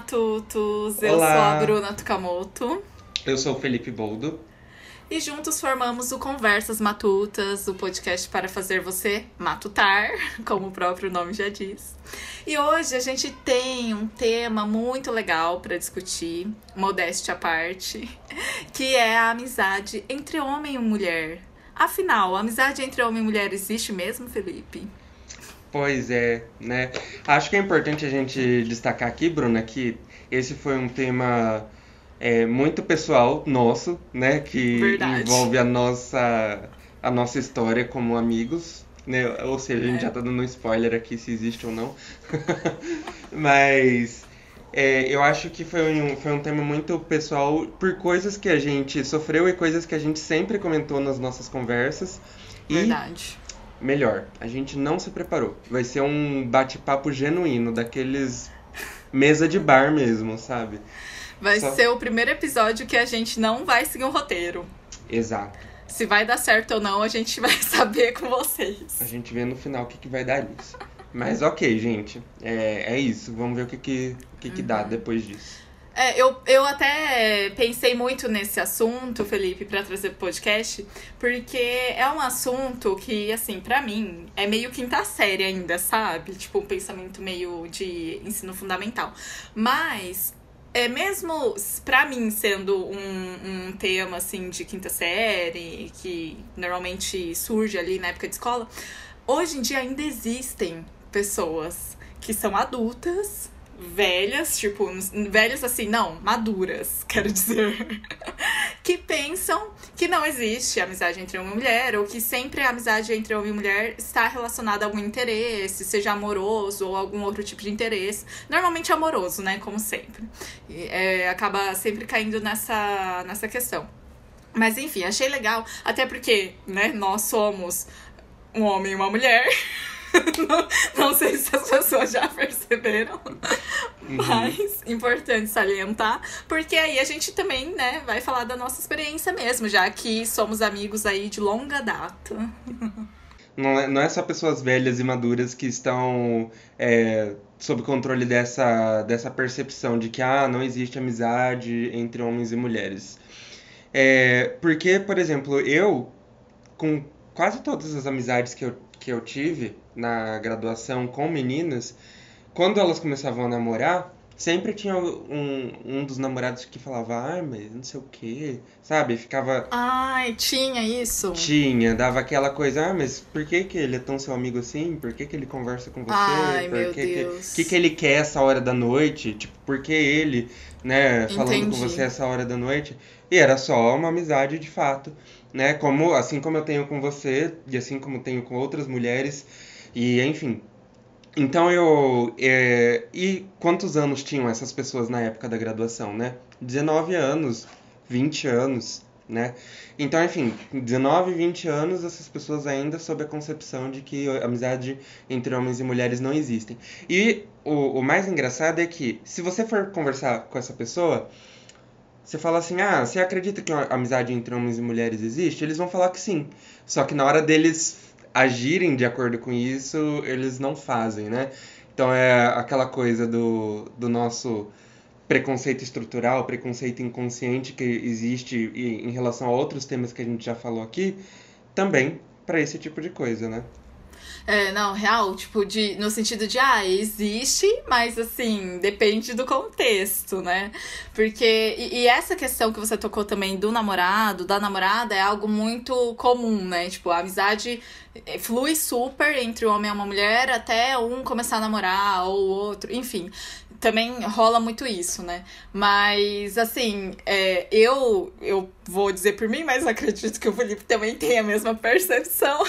matutos! Eu sou a Olá, Bruna Tukamoto eu sou o Felipe Boldo. e juntos formamos o Conversas Matutas, o podcast para fazer você matutar, como o próprio nome já diz. E hoje a gente tem um tema muito legal para discutir, modéstia à parte, que é a amizade entre homem e mulher. Afinal, a amizade entre homem e mulher existe mesmo, Felipe? Pois é, né? Acho que é importante a gente destacar aqui, Bruna, que esse foi um tema muito pessoal nosso, né? Que Verdade. envolve a nossa história como amigos, né? Ou seja, a gente já tá dando um spoiler aqui se existe ou não. Mas eu acho que foi um tema muito pessoal por coisas que a gente sofreu e coisas que a gente sempre comentou nas nossas conversas. E Verdade. melhor, a gente não se preparou. Vai ser um bate-papo genuíno, daqueles mesa de bar mesmo, sabe? Vai Só. ser o primeiro episódio que a gente não vai seguir um roteiro. Exato. Se vai dar certo ou não, a gente vai saber com A vocês. gente vê no final o que vai dar nisso. Mas ok, gente. É isso. Vamos ver o que dá depois disso. Eu até pensei muito nesse assunto, Felipe, pra trazer pro podcast, porque é um assunto que, assim, pra mim, é meio quinta série ainda, sabe? Tipo, um pensamento meio de ensino fundamental. Mas, mesmo pra mim sendo um tema, assim, de quinta série, que normalmente surge ali na época de escola, hoje em dia ainda existem pessoas que são adultas, velhas, tipo, velhas assim, não, maduras, quero dizer, que pensam que não existe amizade entre homem e mulher, ou que sempre a amizade entre homem e mulher está relacionada a algum interesse, seja amoroso ou algum outro tipo de interesse. Normalmente amoroso, né, como sempre. Acaba sempre caindo nessa questão. Mas enfim, achei legal, até porque, né, nós somos um homem e uma mulher. Não sei se as pessoas já perceberam, Uhum. mas importante salientar, porque aí a gente também, né, vai falar da nossa experiência mesmo, já que somos amigos aí de longa data. Não é só pessoas velhas e maduras que estão sob controle dessa percepção de que não existe amizade entre homens e mulheres. Porque, por exemplo, com quase todas as amizades que eu tive na graduação com meninas, quando elas começavam a namorar, sempre tinha um dos namorados que falava, mas não sei o quê, sabe? Ficava. Ai, tinha isso? Dava aquela coisa, mas por que que ele é tão seu amigo assim? Por que que ele conversa com você? Ai, Por meu que Deus. ele quer essa hora da noite? Tipo, por que ele, né, falando com você Entendi. essa hora da noite? E era só uma amizade de fato, né? Assim como eu tenho com você, e assim como tenho com outras mulheres, e enfim. Então E quantos anos tinham essas pessoas na época da graduação, né? 19 anos, 20 anos, né? Então, enfim, 19, 20 anos, essas pessoas ainda sob a concepção de que a amizade entre homens e mulheres não existem. E o mais engraçado é que, se você for conversar com essa pessoa, você fala assim, você acredita que a amizade entre homens e mulheres existe? Eles vão falar que sim. Só que na hora deles agirem de acordo com isso, eles não fazem, né? Então é aquela coisa do nosso preconceito estrutural, preconceito inconsciente que existe em relação a outros temas que a gente já falou aqui, também para esse tipo de coisa, né? Não, real, tipo, no sentido de, existe, mas assim, depende do contexto, né? Porque, e essa questão que você tocou também do namorado, da namorada, é algo muito comum, né? Tipo, a amizade flui super entre um homem e uma mulher até um começar a namorar ou o outro, enfim. Também rola muito isso, né? Mas, assim, eu vou dizer por mim, mas acredito que o Felipe também tem a mesma percepção.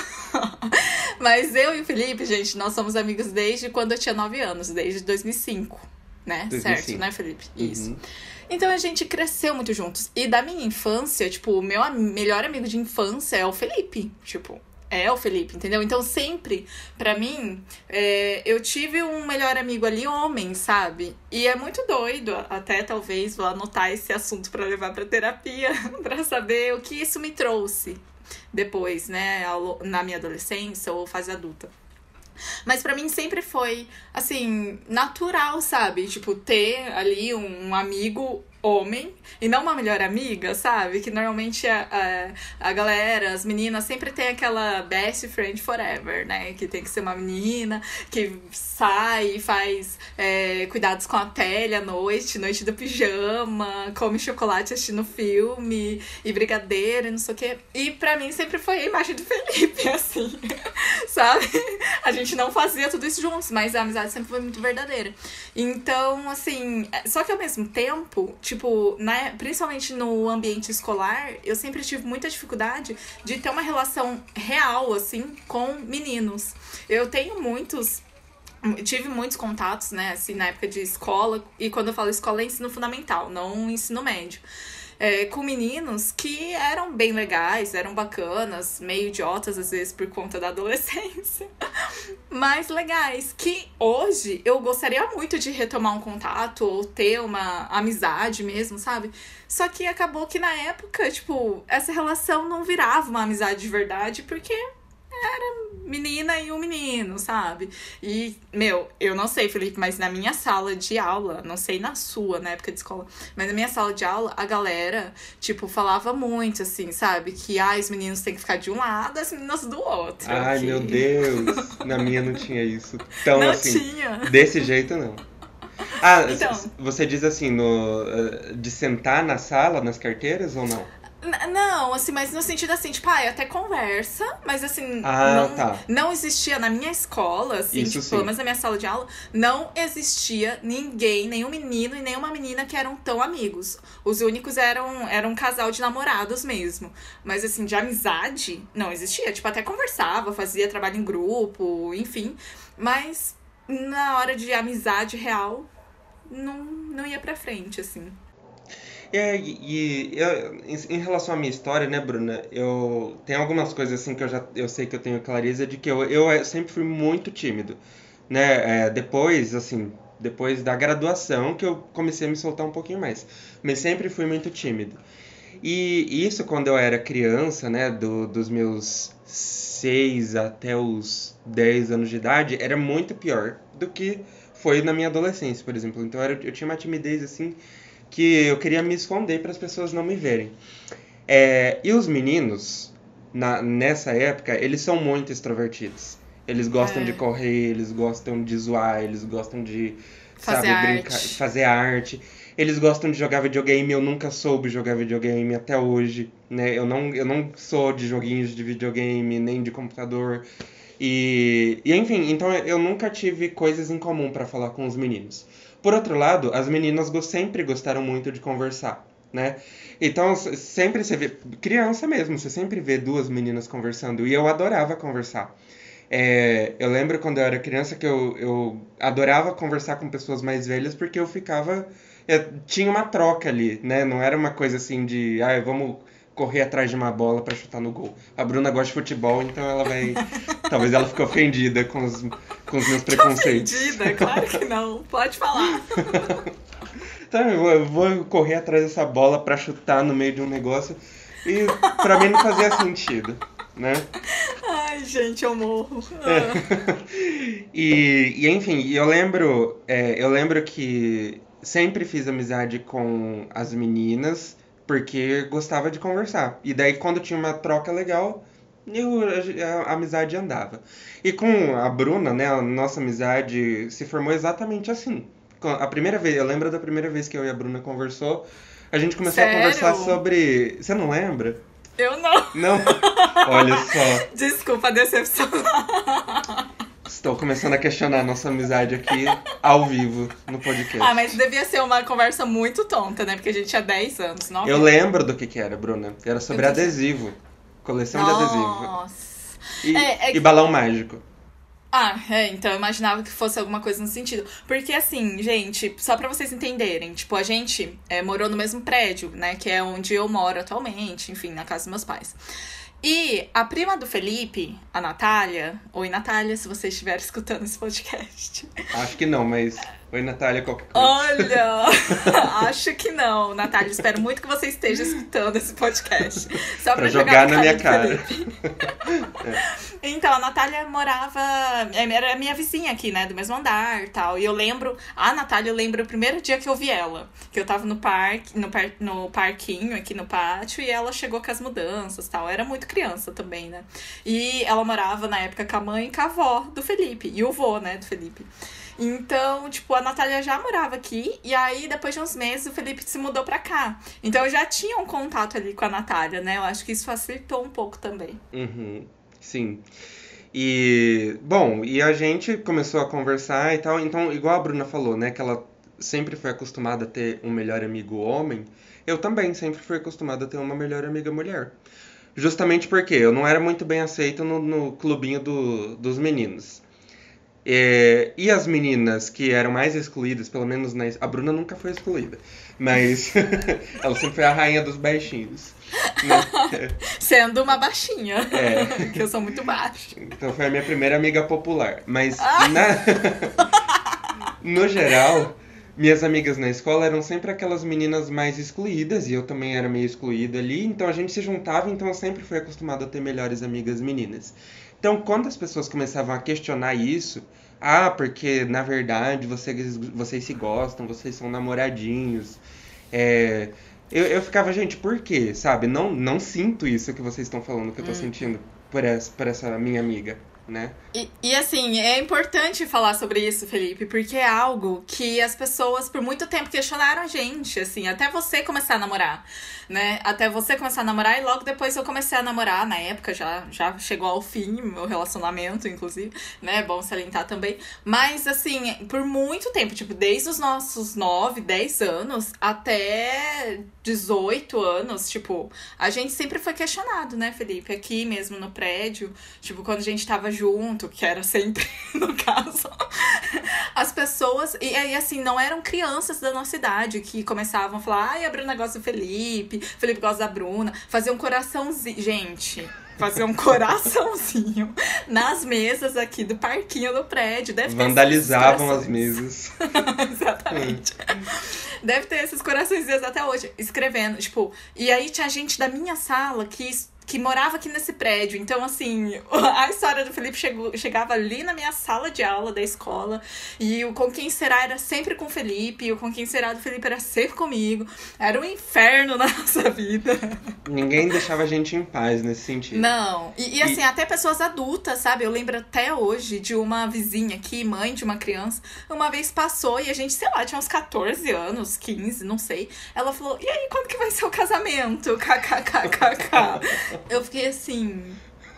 Mas eu e o Felipe, gente, nós somos amigos desde quando eu tinha 9 anos, desde 2005, né? Certo, né, 2005. Felipe? Isso. Uhum. Então a gente cresceu muito juntos. E da minha infância, tipo, o meu melhor amigo de infância é o Felipe. Tipo, é o Felipe, entendeu? Então sempre, pra mim, eu tive um melhor amigo ali, homem, sabe? E é muito doido, até talvez vou anotar esse assunto pra levar pra terapia, pra saber o que isso me trouxe depois, né, na minha adolescência ou fase adulta. Mas pra mim sempre foi, assim, natural, sabe? Tipo, ter ali um amigo homem e não uma melhor amiga, sabe? Que normalmente a galera, as meninas sempre tem aquela best friend forever, né? Que tem que ser uma menina que sai e faz cuidados com a pele à noite, noite do pijama, come chocolate assistindo filme e brigadeiro e não sei o quê. E pra mim sempre foi a imagem do Felipe, assim, sabe? A gente não fazia tudo isso juntos, mas a amizade sempre foi muito verdadeira. Então, assim, só que ao mesmo tempo, tipo, principalmente no ambiente escolar, eu sempre tive muita dificuldade de ter uma relação real, assim, com meninos. Eu tive muitos contatos, né, assim, na época de escola, e quando eu falo escola é ensino fundamental, não ensino médio. Com meninos que eram bem legais, eram bacanas, meio idiotas às vezes por conta da adolescência, mas legais, que hoje eu gostaria muito de retomar um contato ou ter uma amizade mesmo, sabe? Só que acabou que na época, tipo, essa relação não virava uma amizade de verdade, porque era menina e um menino, sabe? E, eu não sei, Felipe, mas na minha sala de aula, não sei na sua, na época de escola, mas na minha sala de aula, a galera, tipo, falava muito, assim, sabe? Que, os meninos têm que ficar de um lado, as meninas do outro. Ai, que... meu Deus! Na minha não tinha isso. Então, não assim, tinha. Desse jeito, não. Então, você diz assim, de sentar na sala, nas carteiras, ou não? Não, assim, mas no sentido assim, tipo, até conversa, mas assim, não existia na minha escola, assim, isso, tipo, pelo menos na minha sala de aula, não existia ninguém, nenhum menino e nenhuma menina que eram tão amigos. Os únicos eram um casal de namorados mesmo. Mas assim, de amizade, não existia. Tipo, até conversava, fazia trabalho em grupo, enfim. Mas na hora de amizade real, não ia pra frente, assim. Em relação à minha história, né, Bruna, eu tenho algumas coisas assim que eu sei que eu tenho clareza de que eu sempre fui muito tímido, né, depois da graduação que eu comecei a me soltar um pouquinho mais, mas sempre fui muito tímido. E isso quando eu era criança, né, dos meus 6 até os 10 anos de idade, era muito pior do que foi na minha adolescência, por exemplo. Então eu tinha uma timidez assim que eu queria me esconder para as pessoas não me verem. E os meninos, nessa época, eles são muito extrovertidos. Eles gostam de correr, eles gostam de zoar, eles gostam de brincar, fazer arte. Eles gostam de jogar videogame, eu nunca soube jogar videogame até hoje, né? Eu não sou de joguinhos de videogame, nem de computador. E enfim, então eu nunca tive coisas em comum para falar com os meninos. Por outro lado, as meninas sempre gostaram muito de conversar, né? Então, sempre você vê... Criança mesmo, você sempre vê duas meninas conversando. E eu adorava conversar. Eu lembro quando eu era criança que eu adorava conversar com pessoas mais velhas porque eu tinha uma troca ali, né? Não era uma coisa assim de... vamos correr atrás de uma bola pra chutar no gol. A Bruna gosta de futebol, então ela vai... Talvez ela fique ofendida com os meus preconceitos. Ofendida? Claro que não. Pode falar. Então, eu vou correr atrás dessa bola pra chutar no meio de um negócio. E pra mim não fazia sentido, né? Ai, gente, eu morro. E enfim, eu lembro que sempre fiz amizade com as meninas, porque gostava de conversar. E daí, quando tinha uma troca legal, a amizade andava. E com a Bruna, né, a nossa amizade se formou exatamente assim. A primeira vez, eu lembro da primeira vez que eu e a Bruna conversou, a gente começou a conversar sobre... Você não lembra? Eu não. Não? Olha só. Desculpa decepcionar. Estou começando a questionar a nossa amizade aqui, ao vivo, no podcast. Mas devia ser uma conversa muito tonta, né? Porque a gente tinha 10 anos, 9 Eu anos. lembro do que era, Bruna. Era sobre adesivo. Coleção de adesivo. Nossa. E balão mágico. Então eu imaginava que fosse alguma coisa no sentido. Porque assim, gente, só pra vocês entenderem, tipo, a gente morou no mesmo prédio, né? Que é onde eu moro atualmente, enfim, na casa dos meus pais. E a prima do Felipe, a Natália... Oi, Natália, se você estiver escutando esse podcast. Acho que não, mas... Oi, Natália, qualquer coisa. Olha! Acho que não, Natália. Espero muito que você esteja escutando esse podcast. Só pra jogar na minha cara. Então, a Natália morava... Era minha vizinha aqui, né? Do mesmo andar e tal. E eu lembro... A Natália, eu lembro o primeiro dia que eu vi ela. Que eu tava no parque, no parquinho aqui no pátio. E ela chegou com as mudanças e tal. Eu era muito criança também, né? E ela morava, na época, com a mãe e com a avó do Felipe. E o vô, né? Do Felipe. Então, tipo, a Natália já morava aqui. E aí, depois de uns meses, o Felipe se mudou pra cá. Então, eu já tinha um contato ali com a Natália, né? Eu acho que isso facilitou um pouco também. Uhum, sim. E, bom, e a gente começou a conversar e tal. Então, igual a Bruna falou, né? Que ela sempre foi acostumada a ter um melhor amigo homem. Eu também sempre fui acostumada a ter uma melhor amiga mulher. Justamente porque eu não era muito bem aceito no clubinho dos meninos. E as meninas que eram mais excluídas, pelo menos a Bruna nunca foi excluída, mas ela sempre foi a rainha dos baixinhos. Né? Sendo uma baixinha, É. que eu sou muito baixa. Então foi a minha primeira amiga popular. Mas no geral, minhas amigas na escola eram sempre aquelas meninas mais excluídas, e eu também era meio excluída ali, então a gente se juntava, então eu sempre fui acostumado a ter melhores amigas meninas. Então, quando as pessoas começavam a questionar isso, porque na verdade vocês se gostam, vocês são namoradinhos, eu ficava, gente, por quê? Sabe? Não sinto isso que vocês estão falando, que eu tô sentindo por essa minha amiga, né? E assim, é importante falar sobre isso, Felipe, porque é algo que as pessoas por muito tempo questionaram a gente, assim, até você começar a namorar, né? Até você começar a namorar e logo depois eu comecei a namorar, na época já chegou ao fim o meu relacionamento, inclusive, né? É bom salientar também. Mas, assim, por muito tempo, tipo, desde os nossos 9, 10 anos até 18 anos, tipo, a gente sempre foi questionado, né, Felipe? Aqui mesmo no prédio, tipo, quando a gente tava junto, que era sempre, no caso, as pessoas, e aí assim, não eram crianças da nossa idade que começavam a falar, a Bruna gosta do Felipe gosta da Bruna, fazer um coraçãozinho, gente, fazer um coraçãozinho nas mesas aqui do parquinho do prédio, deve ter vandalizavam as mesas. Exatamente. Deve ter esses coraçõezinhos até hoje, escrevendo, tipo, e aí tinha gente da minha sala que morava aqui nesse prédio. Então, assim, a história do Felipe chegava ali na minha sala de aula da escola. E o Com Quem Será era sempre com o Felipe. E o Com Quem Será do Felipe era sempre comigo. Era um inferno na nossa vida. Ninguém deixava a gente em paz nesse sentido. Não. E assim, até pessoas adultas, sabe? Eu lembro até hoje de uma vizinha aqui, mãe de uma criança. Uma vez passou e a gente, sei lá, tinha uns 14 anos, 15, não sei. Ela falou, e aí, quando que vai ser o casamento? KKKKK. Eu fiquei assim...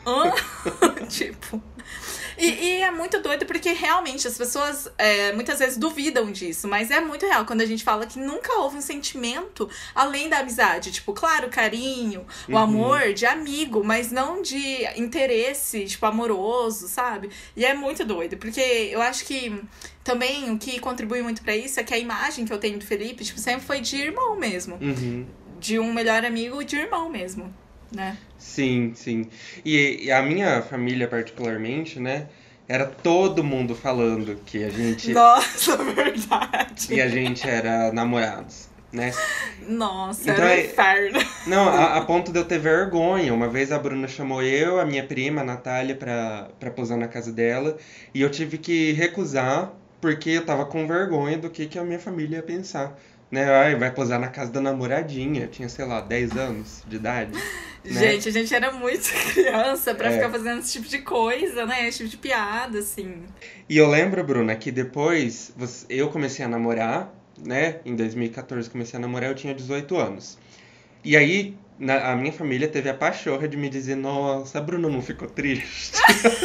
tipo... E é muito doido porque realmente as pessoas muitas vezes duvidam disso, mas é muito real quando a gente fala que nunca houve um sentimento além da amizade. Tipo, claro, carinho, o amor de amigo, mas não de interesse, tipo, amoroso, sabe? E é muito doido, porque eu acho que também o que contribui muito pra isso é que a imagem que eu tenho do Felipe, tipo, sempre foi de irmão mesmo. De um melhor amigo e de irmão mesmo. Né? Sim, sim. E a minha família, particularmente, né? Era todo mundo falando que a gente... Nossa, verdade. E a gente era namorados, né? Nossa, então, era um inferno. Não, a ponto de eu ter vergonha. Uma vez a Bruna chamou a minha prima, a Natália, pra posar na casa dela. E eu tive que recusar, porque eu tava com vergonha do que a minha família ia pensar. Né? Ai, vai posar na casa da namoradinha. Eu tinha, sei lá, 10 anos de idade. Né? Gente, a gente era muito criança pra ficar fazendo esse tipo de coisa, né? Esse tipo de piada, assim. E eu lembro, Bruna, que depois eu comecei a namorar, né? Em 2014 comecei a namorar, eu tinha 18 anos. E aí, a minha família teve a pachorra de me dizer, nossa, a Bruna não ficou triste?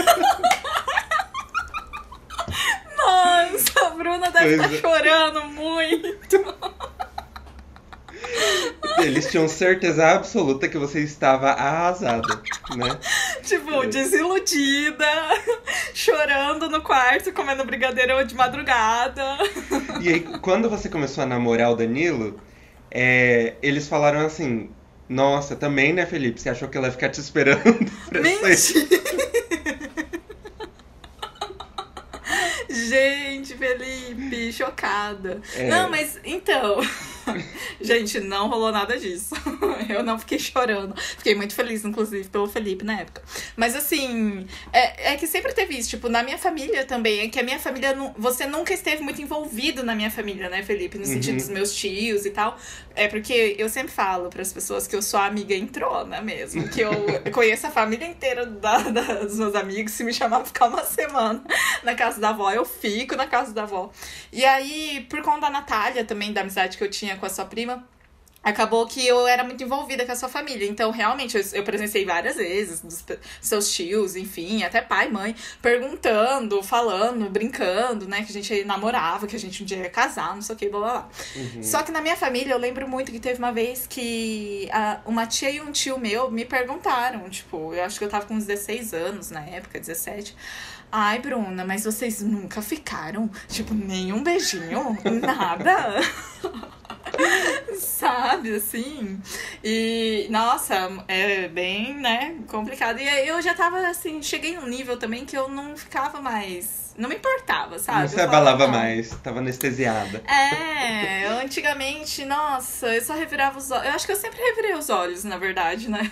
Nossa, a Bruna deve estar chorando muito. Eles tinham certeza absoluta que você estava arrasada, né? Tipo, desiludida, chorando no quarto, comendo brigadeiro de madrugada. E aí, quando você começou a namorar o Danilo, eles falaram assim, nossa, também, né, Felipe? Você achou que ela ia ficar te esperando pra sair? Gente, Felipe, chocada. Não, mas então... Gente, não rolou nada disso. Eu não fiquei chorando. Fiquei muito feliz, inclusive, pelo Felipe na época. Mas assim, é que sempre teve isso. Tipo, na minha família também. É que a minha família. Você nunca esteve muito envolvido na minha família, né, Felipe? No sentido dos meus tios e tal. É porque eu sempre falo pras pessoas que eu sou a amiga entrona mesmo. Que eu conheço a família inteira dos meus amigos. Se me chamar pra ficar uma semana na casa da avó, eu fico na casa da avó. E aí, por conta da Natália também, da amizade que eu tinha com a sua prima, acabou que eu era muito envolvida com a sua família. Então, realmente, eu presenciei várias vezes dos seus tios, enfim, até pai, mãe, perguntando, falando, brincando, né? Que a gente namorava, que a gente um dia ia casar, não sei o que, blá blá blá. Só que na minha família, eu lembro muito que teve uma vez que uma tia e um tio meu me perguntaram, tipo, eu acho que eu tava com uns 16 anos na época, 17. Ai, Bruna, mas vocês nunca ficaram? Tipo, nenhum beijinho? Nada? Sabe, assim? E, nossa, é bem, né, complicado. E aí eu já tava, assim, cheguei num nível também que eu não ficava mais... Não me importava, sabe? Não se abalava mais, tava anestesiada. Antigamente, nossa, eu só revirava os olhos. Eu acho que eu sempre revirei os olhos, na verdade, né?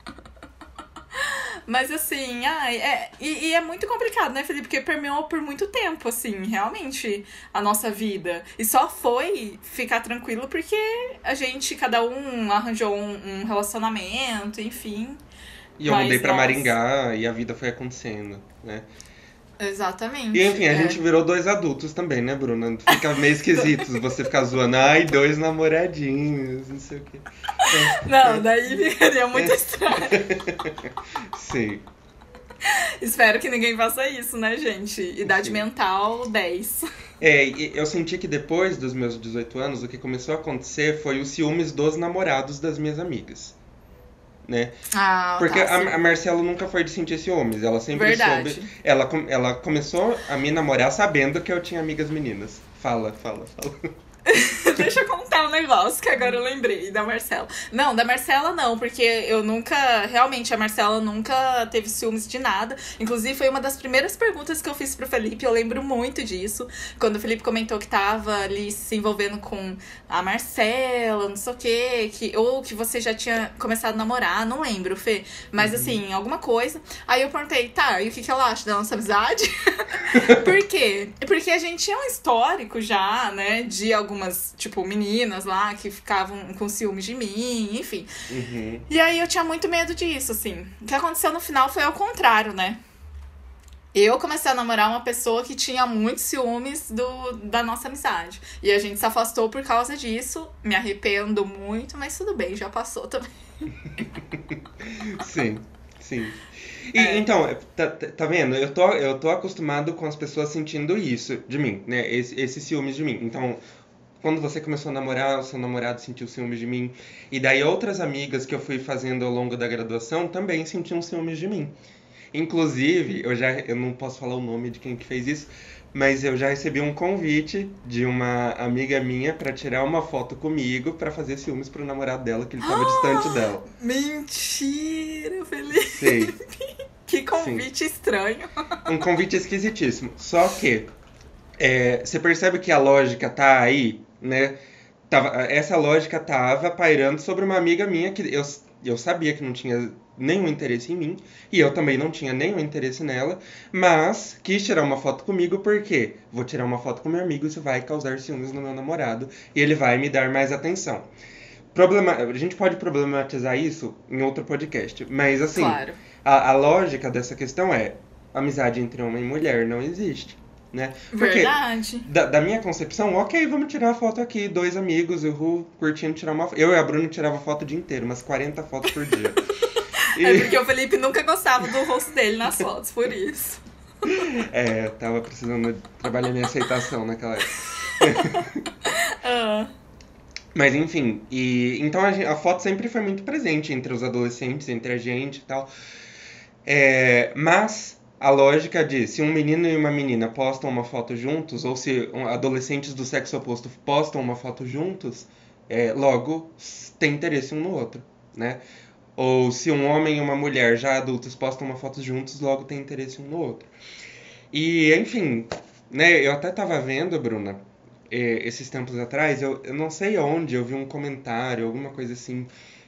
Mas assim, e é muito complicado, né, Felipe? Porque permeou por muito tempo, assim, realmente, a nossa vida. E só foi ficar tranquilo porque a gente, cada um arranjou um relacionamento, enfim. E eu mudei pra Maringá e a vida foi acontecendo, né? Exatamente. E enfim, a gente virou 2 adultos também, né, Bruna? Fica meio esquisito você ficar zoando, 2 namoradinhos, não sei o quê. Não, daí ficaria muito estranho. Sim. Espero que ninguém faça isso, né, gente? Idade mental, 10. Eu senti que depois dos meus 18 anos, o que começou a acontecer foi os ciúmes dos namorados das minhas amigas. Né? Porque a Marcela nunca foi de sentir ciúmes, ela sempre soube. Ela começou a me namorar sabendo que eu tinha amigas meninas. Fala. Deixa eu contar um negócio que agora eu lembrei da Marcela. Não, da Marcela não, porque eu nunca... Realmente, a Marcela nunca teve ciúmes de nada. Inclusive, foi uma das primeiras perguntas que eu fiz pro Felipe. Eu lembro muito disso. Quando o Felipe comentou que tava ali se envolvendo com a Marcela, não sei o quê. Ou que você já tinha começado a namorar. Não lembro, Fê. Mas, assim, alguma coisa. Aí eu perguntei, tá, e o que ela acha da nossa amizade? Por quê? Porque a gente tinha um histórico já, né, de algumas, tipo, meninas lá que ficavam com ciúmes de mim, enfim. E aí eu tinha muito medo disso, assim. O que aconteceu no final foi ao contrário, né? Eu comecei a namorar uma pessoa que tinha muitos ciúmes da nossa amizade. E a gente se afastou por causa disso. Me arrependo muito, mas tudo bem, já passou também. Sim. E, então, tá vendo? Eu tô acostumado com as pessoas sentindo isso de mim, né? Esses ciúmes de mim. Então, quando você começou a namorar, o seu namorado sentiu ciúmes de mim. E daí outras amigas que eu fui fazendo ao longo da graduação também sentiam ciúmes de mim. Inclusive, eu não posso falar o nome de quem que fez isso, mas eu já recebi um convite de uma amiga minha pra tirar uma foto comigo pra fazer ciúmes pro namorado dela, que ele tava distante dela. Mentira, Felipe! Sei. Que convite estranho. Um convite esquisitíssimo. Só que você percebe que a lógica tá aí, né? Essa lógica tava pairando sobre uma amiga minha que eu sabia que não tinha nenhum interesse em mim, e eu também não tinha nenhum interesse nela, mas quis tirar uma foto comigo porque vou tirar uma foto com meu amigo, isso vai causar ciúmes no meu namorado, e ele vai me dar mais atenção. A gente pode problematizar isso em outro podcast, mas assim, claro. a lógica dessa questão é, amizade entre homem e mulher não existe. Né? Porque, verdade. Da minha concepção, ok, vamos tirar uma foto aqui, 2 amigos, curtindo tirar uma foto. Eu e a Bruna tirava foto o dia inteiro, umas 40 fotos por dia. É porque o Felipe nunca gostava do rosto dele nas fotos, por isso. Tava precisando trabalhar minha aceitação naquela época. Mas enfim, então a foto sempre foi muito presente entre os adolescentes, entre a gente e tal. Mas a lógica de se um menino e uma menina postam uma foto juntos, ou se adolescentes do sexo oposto postam uma foto juntos, logo tem interesse um no outro, né? Ou se um homem e uma mulher já adultos postam uma foto juntos, logo tem interesse um no outro. E, enfim, né, eu até tava vendo, Bruna, esses tempos atrás, eu não sei onde, eu vi um comentário, alguma coisa assim,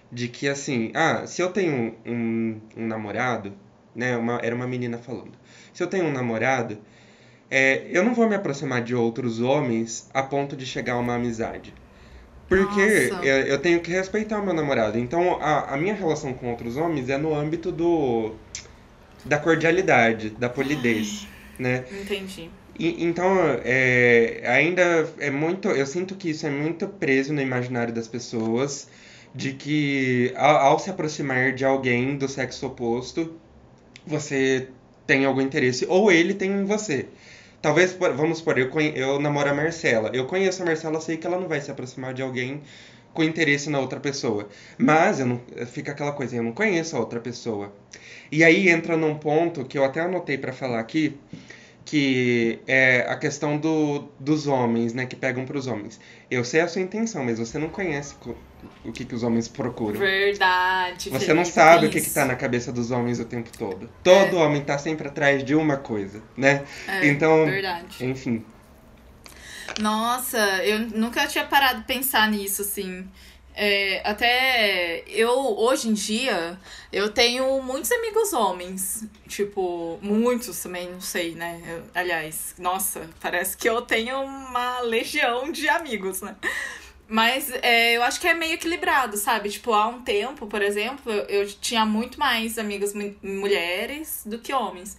de que assim, se eu tenho um namorado, né, era uma menina falando, se eu tenho um namorado, eu não vou me aproximar de outros homens a ponto de chegar a uma amizade. Porque Nossa, eu tenho que respeitar o meu namorado. Então, a minha relação com outros homens é no âmbito da cordialidade, da polidez, né? entendi. Então, ainda é muito. Eu sinto que isso é muito preso no imaginário das pessoas, de que ao se aproximar de alguém do sexo oposto, você tem algum interesse, ou ele tem em você. Talvez, vamos supor, eu namoro a Marcela. Eu conheço a Marcela, sei que ela não vai se aproximar de alguém com interesse na outra pessoa. Mas eu não, fica aquela coisa, eu não conheço a outra pessoa. E aí entra num ponto que eu até anotei pra falar aqui, que é a questão dos homens, né, que pegam pros homens. Eu sei a sua intenção, mas você não conhece o que os homens procuram. Verdade, Você não Felipe, sabe tem o que tá isso. na cabeça dos homens o tempo todo. Todo É, homem tá sempre atrás de uma coisa, né? é, Então, verdade. enfim. Nossa, eu nunca tinha parado de pensar nisso, assim. Até eu, hoje em dia, eu tenho muitos amigos homens. Tipo, muitos também, não sei, né? Aliás, nossa, parece que eu tenho uma legião de amigos, né? Mas eu acho que é meio equilibrado, sabe? Tipo, há um tempo, por exemplo, eu tinha muito mais amigas mulheres do que homens.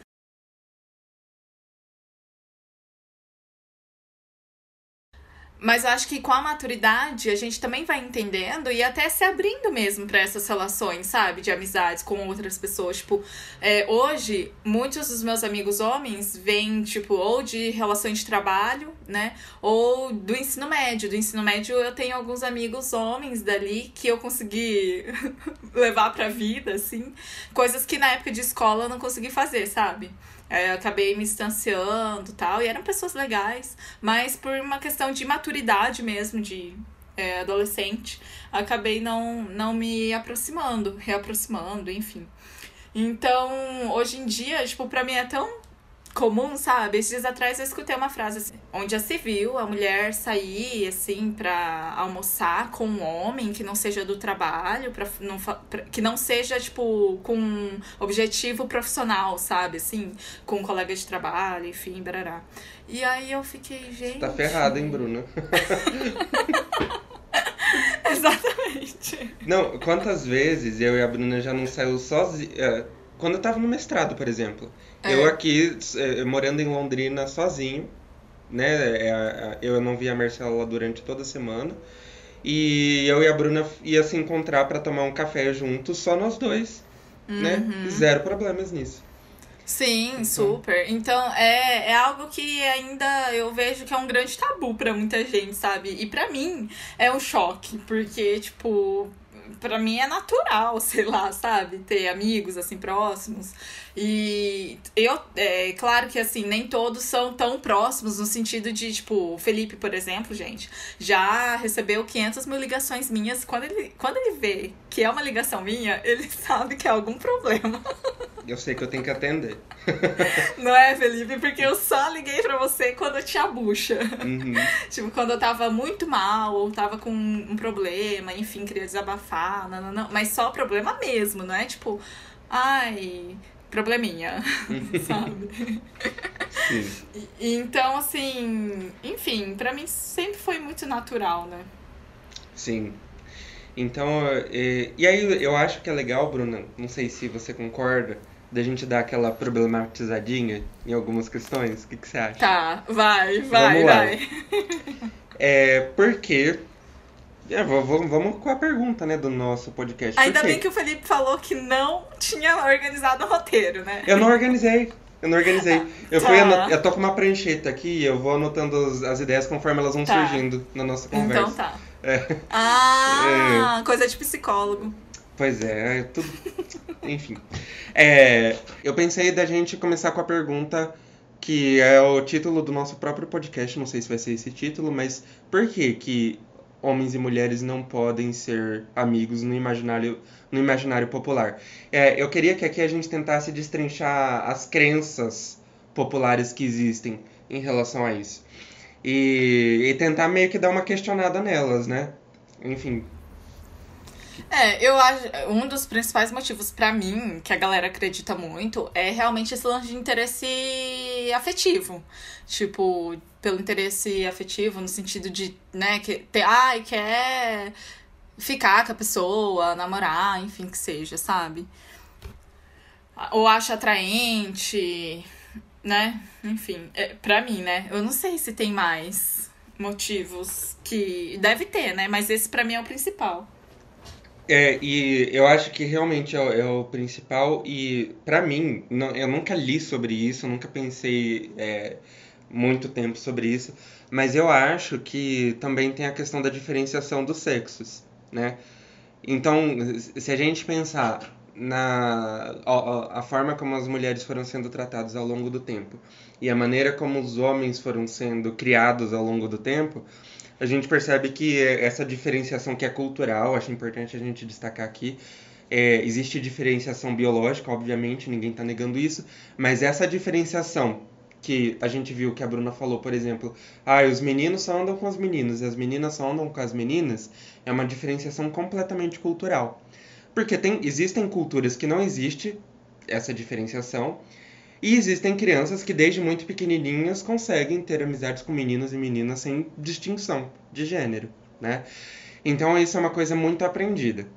Mas eu acho que com a maturidade a gente também vai entendendo e até se abrindo mesmo para essas relações, sabe? De amizades com outras pessoas. Tipo, hoje, muitos dos meus amigos homens vêm, tipo, ou de relações de trabalho, né? Ou do ensino médio. Do ensino médio eu tenho alguns amigos homens dali que eu consegui levar pra vida, assim. Coisas que na época de escola eu não consegui fazer, sabe? Eu acabei me distanciando e tal, e eram pessoas legais, mas por uma questão de maturidade mesmo, de adolescente, acabei não me aproximando, reaproximando, enfim. Então, hoje em dia, tipo, pra mim é tão comum, sabe? Esses dias atrás eu escutei uma frase assim, onde já se viu a mulher sair, assim, pra almoçar com um homem que não seja do trabalho, que não seja, tipo, com objetivo profissional, sabe? Assim, com um colega de trabalho, enfim, barará. E aí eu fiquei, Você tá gente... ferrada, hein, Bruna? Exatamente. Não, quantas vezes eu e a Bruna já não saiu sozinha. Quando eu tava no mestrado, por exemplo. Eu É. aqui, morando em Londrina sozinho, né? Eu não via a Marcela lá durante toda a semana. E eu e a Bruna ia se encontrar pra tomar um café juntos, só nós dois, né? Uhum. Zero problemas nisso. Sim, Então, super. Então é algo que ainda eu vejo que é um grande tabu pra muita gente, sabe? E pra mim é um choque, porque, tipo, pra mim é natural, sei lá, sabe? Ter amigos assim próximos. E claro que assim, nem todos são tão próximos no sentido de, tipo, o Felipe, por exemplo, gente, já recebeu 500 mil ligações minhas. Quando ele vê que é uma ligação minha, ele sabe que é algum problema. eu sei que eu tenho que atender. Não é, Felipe? Porque eu só liguei pra você quando eu tinha bucha. Uhum. Tipo, quando eu tava muito mal, ou tava com um problema, enfim, queria desabafar, não. Mas só problema mesmo, não é tipo, ai, probleminha, sabe? Sim, Então, assim, enfim, pra mim sempre foi muito natural, né? sim. Então, e aí eu acho que é legal, Bruna, não sei se você concorda, da gente dar aquela problematizadinha em algumas questões. O que você acha? Tá, vai, Vamos vai, lá. vai. Porque. Vamos com a pergunta, né, do nosso podcast. Por Ainda bem quê? que o Felipe falou que não tinha organizado o roteiro, né? Eu não organizei. Eu não organizei. Tá, Eu tô com uma prancheta aqui e eu vou anotando as ideias conforme elas vão tá. surgindo na nossa Então conversa. tá. É, é, Ah, coisa de psicólogo. pois é, tudo. Enfim. Eu pensei da gente começar com a pergunta que é o título do nosso próprio podcast. Não sei se vai ser esse título, mas por que homens e mulheres não podem ser amigos no imaginário popular? Eu queria que aqui a gente tentasse destrinchar as crenças populares que existem em relação a isso. E tentar meio que dar uma questionada nelas, né? Enfim. Eu acho um dos principais motivos pra mim, que a galera acredita muito, é realmente esse lance de interesse afetivo. Tipo, pelo interesse afetivo, no sentido de, né, quer ficar com a pessoa, namorar, enfim, que seja, sabe? Ou acha atraente, né? Enfim, pra mim, né? Eu não sei se tem mais motivos que deve ter, né? Mas esse pra mim é o principal. E eu acho que realmente é o principal, e pra mim, eu nunca li sobre isso, nunca pensei muito tempo sobre isso, mas eu acho que também tem a questão da diferenciação dos sexos, né? Então, se a gente pensar a forma como as mulheres foram sendo tratadas ao longo do tempo e a maneira como os homens foram sendo criados ao longo do tempo, a gente percebe que essa diferenciação que é cultural, acho importante a gente destacar aqui, existe diferenciação biológica, obviamente, ninguém está negando isso, mas essa diferenciação que a gente viu que a Bruna falou, por exemplo, os meninos só andam com as meninas e as meninas só andam com as meninas, é uma diferenciação completamente cultural. Porque existem culturas que não existe essa diferenciação, e existem crianças que desde muito pequenininhas conseguem ter amizades com meninos e meninas sem distinção de gênero, né? Então isso é uma coisa muito aprendida.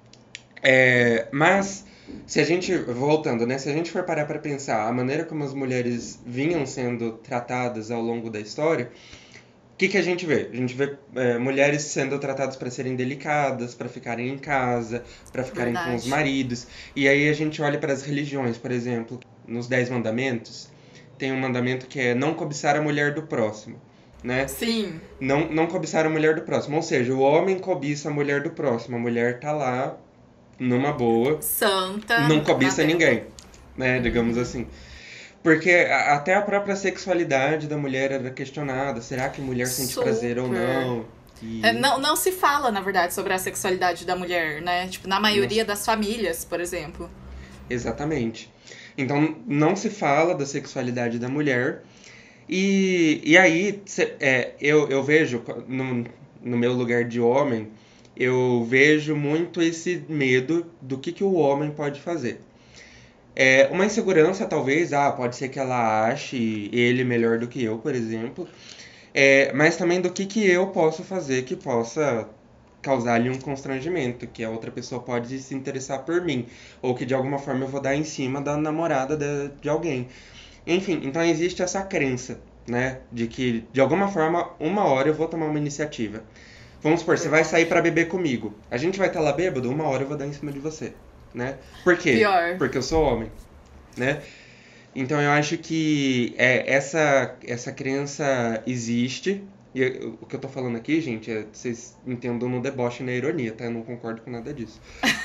Mas se a gente, voltando, né? Se a gente for parar para pensar a maneira como as mulheres vinham sendo tratadas ao longo da história, o que a gente vê? A gente vê mulheres sendo tratadas para serem delicadas, para ficarem em casa, para ficarem com os Verdade. maridos. E aí a gente olha para as religiões, por exemplo, nos 10 mandamentos, tem um mandamento que é não cobiçar a mulher do próximo, né? Sim, Não cobiçar a mulher do próximo. Ou seja, o homem cobiça a mulher do próximo. A mulher tá lá, numa boa, não santa na cobiça dela. ninguém, né? Digamos assim. Porque até a própria sexualidade da mulher era questionada. Será que mulher sente prazer ou Super. não? E Não se fala, na verdade, sobre a sexualidade da mulher, né? Tipo, na maioria nós- das famílias, por exemplo. exatamente. Então não se fala da sexualidade da mulher. E aí eu vejo no meu lugar de homem, eu vejo muito esse medo do que o homem pode fazer. Uma insegurança, talvez, pode ser que ela ache ele melhor do que eu, por exemplo. Mas também do que eu posso fazer que possa causar-lhe um constrangimento, que a outra pessoa pode se interessar por mim, ou que de alguma forma eu vou dar em cima da namorada de alguém. Enfim, então existe essa crença, né, de que de alguma forma, uma hora eu vou tomar uma iniciativa. Vamos supor, você vai sair Verdade. pra beber comigo. A gente vai estar lá bêbado, uma hora eu vou dar em cima de você, né? Por quê? Pior. Porque eu sou homem, né? Então eu acho que essa crença existe. E o que eu tô falando aqui, gente, vocês entendam no deboche e na ironia, tá? Eu não concordo com nada disso.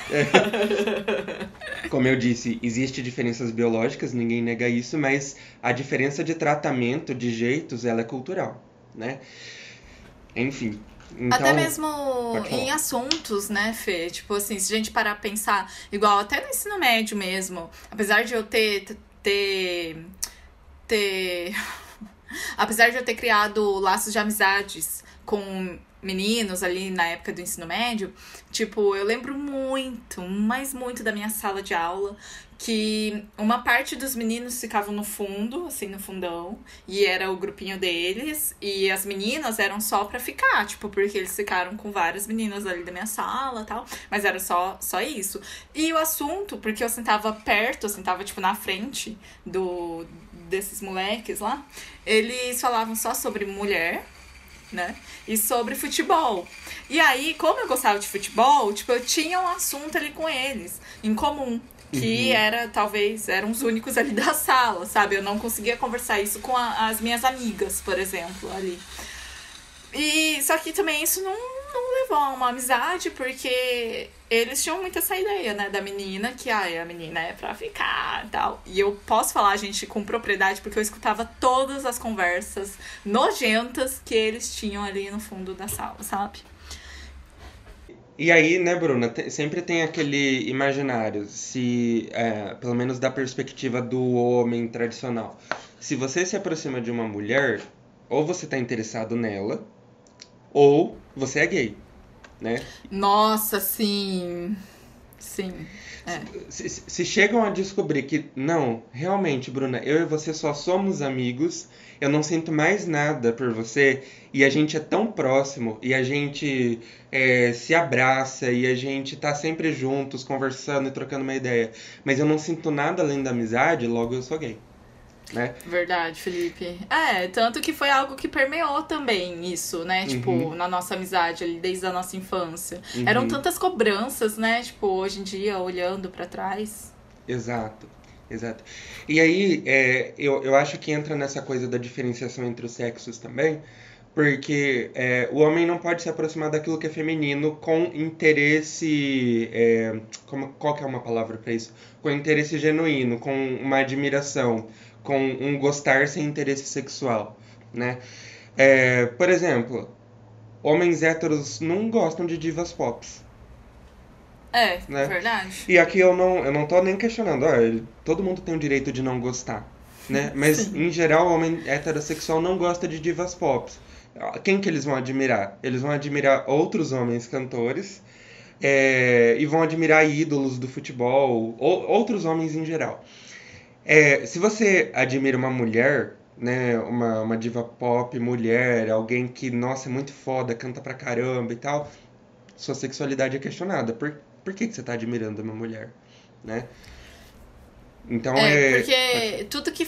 Como eu disse, existe diferenças biológicas, ninguém nega isso, mas a diferença de tratamento, de jeitos, ela é cultural, né? Enfim, Até então, mesmo pode em falar. assuntos, né, Fê? Tipo assim, se a gente parar pra pensar, igual até no ensino médio mesmo, apesar de eu ter, ter apesar de eu ter criado laços de amizades com meninos ali na época do ensino médio, tipo, eu lembro muito, mas muito da minha sala de aula, que uma parte dos meninos ficavam no fundo, assim, no fundão, e era o grupinho deles, e as meninas eram só pra ficar, tipo, porque eles ficaram com várias meninas ali da minha sala e tal, mas era só isso. E o assunto, porque eu sentava perto, eu sentava, tipo, na frente desses moleques lá, eles falavam só sobre mulher, né? E sobre futebol. E aí, como eu gostava de futebol, tipo, eu tinha um assunto ali com eles, em comum. Que Uhum. era, talvez, eram os únicos ali da sala, sabe? Eu não conseguia conversar isso com as minhas amigas, por exemplo, ali. E só que também isso não levou a uma amizade, porque eles tinham muito essa ideia, né, da menina, que a menina é pra ficar e tal. E eu posso falar, gente, com propriedade, porque eu escutava todas as conversas nojentas que eles tinham ali no fundo da sala, sabe? E aí, né, Bruna, sempre tem aquele imaginário, se, pelo menos da perspectiva do homem tradicional. Se você se aproxima de uma mulher, ou você está interessado nela, ou você é gay, né? Nossa, sim. Sim. É. Se chegam a descobrir que, não, realmente, Bruna, eu e você só somos amigos, eu não sinto mais nada por você, e a gente é tão próximo, e a gente se abraça, e a gente tá sempre juntos, conversando e trocando uma ideia, mas eu não sinto nada além da amizade, logo eu sou gay, né? Verdade, Felipe. É, tanto que foi algo que permeou também isso, né? Tipo, na nossa amizade ali, desde a nossa infância. Eram tantas cobranças, né? Tipo, hoje em dia, olhando pra trás. Exato, exato. E aí, eu acho que entra nessa coisa da diferenciação entre os sexos também, porque o homem não pode se aproximar daquilo que é feminino com interesse. Qual que é uma palavra para isso? Com interesse genuíno, com uma admiração, com um gostar sem interesse sexual, né? Por exemplo, homens héteros não gostam de divas pop, É, né? verdade. E aqui eu não tô nem questionando, todo mundo tem o direito de não gostar, né? Mas, Sim. em geral, o homem heterossexual não gosta de divas pop. Quem que eles vão admirar? Eles vão admirar outros homens cantores, e vão admirar ídolos do futebol, ou outros homens em geral. Se você admira uma mulher, né, uma diva pop mulher, alguém que, nossa, é muito foda, canta pra caramba e tal, sua sexualidade é questionada. Por que você tá admirando uma mulher, né? Então Porque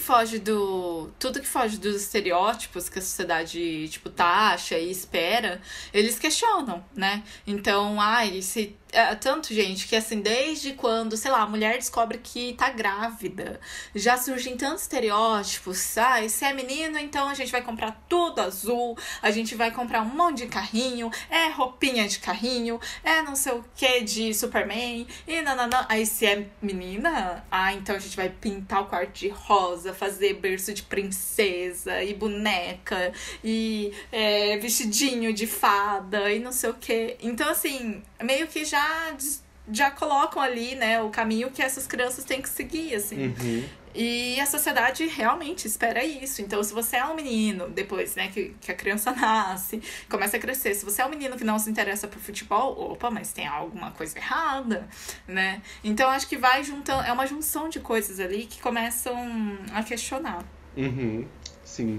tudo que foge dos estereótipos que a sociedade, tipo, taxa e espera, eles questionam, né? Então, tanto, gente, que assim, desde quando, sei lá, a mulher descobre que tá grávida, já surgem tantos estereótipos. Se é menino, então a gente vai comprar tudo azul, a gente vai comprar um monte de carrinho, roupinha de carrinho, não sei o que de Superman, e não. Aí se é menina, então a gente vai pintar o quarto de rosa, fazer berço de princesa, e boneca, e vestidinho de fada, e não sei o que. Então, assim, meio que já colocam ali, né, o caminho que essas crianças têm que seguir, assim. E a sociedade realmente espera isso. Então, se você é um menino, depois, né, que a criança nasce, começa a crescer, se você é um menino que não se interessa por futebol, opa, mas tem alguma coisa errada, né? Então, acho que vai juntando, é uma junção de coisas ali que começam a questionar. Sim.